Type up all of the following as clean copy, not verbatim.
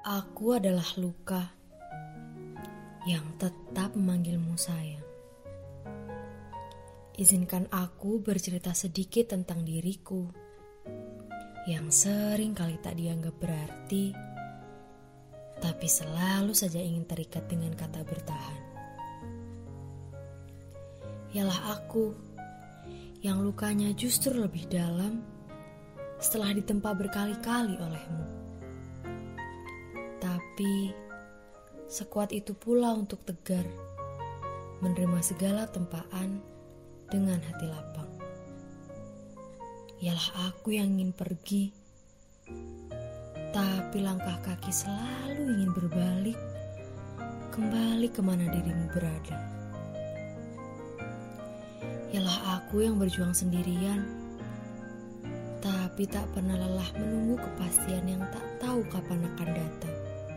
Aku adalah luka yang tetap memanggilmu sayang. Izinkan aku bercerita sedikit tentang diriku yang sering kali tak dianggap berarti, tapi selalu saja ingin terikat dengan kata bertahan. Ialah aku yang lukanya justru lebih dalam setelah ditempa berkali-kali olehmu. Tapi sekuat itu pula untuk tegar menerima segala tempaan dengan hati lapang. Ialah aku yang ingin pergi, tapi langkah kaki selalu ingin berbalik kembali kemana dirimu berada. Ialah aku yang berjuang sendirian, tapi tak pernah lelah menunggu kepastian yang tak tahu kapan akan datang.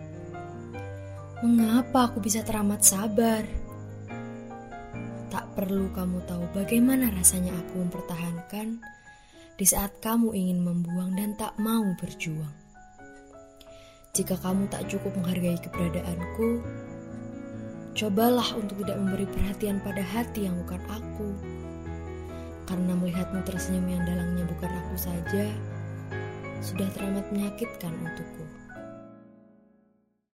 Mengapa aku bisa teramat sabar? Tak perlu kamu tahu bagaimana rasanya aku mempertahankan di saat kamu ingin membuang dan tak mau berjuang. Jika kamu tak cukup menghargai keberadaanku, cobalah untuk tidak memberi perhatian pada hati yang bukan aku. Karena melihatmu tersenyum yang dalangnya bukan aku saja, sudah teramat menyakitkan untukku.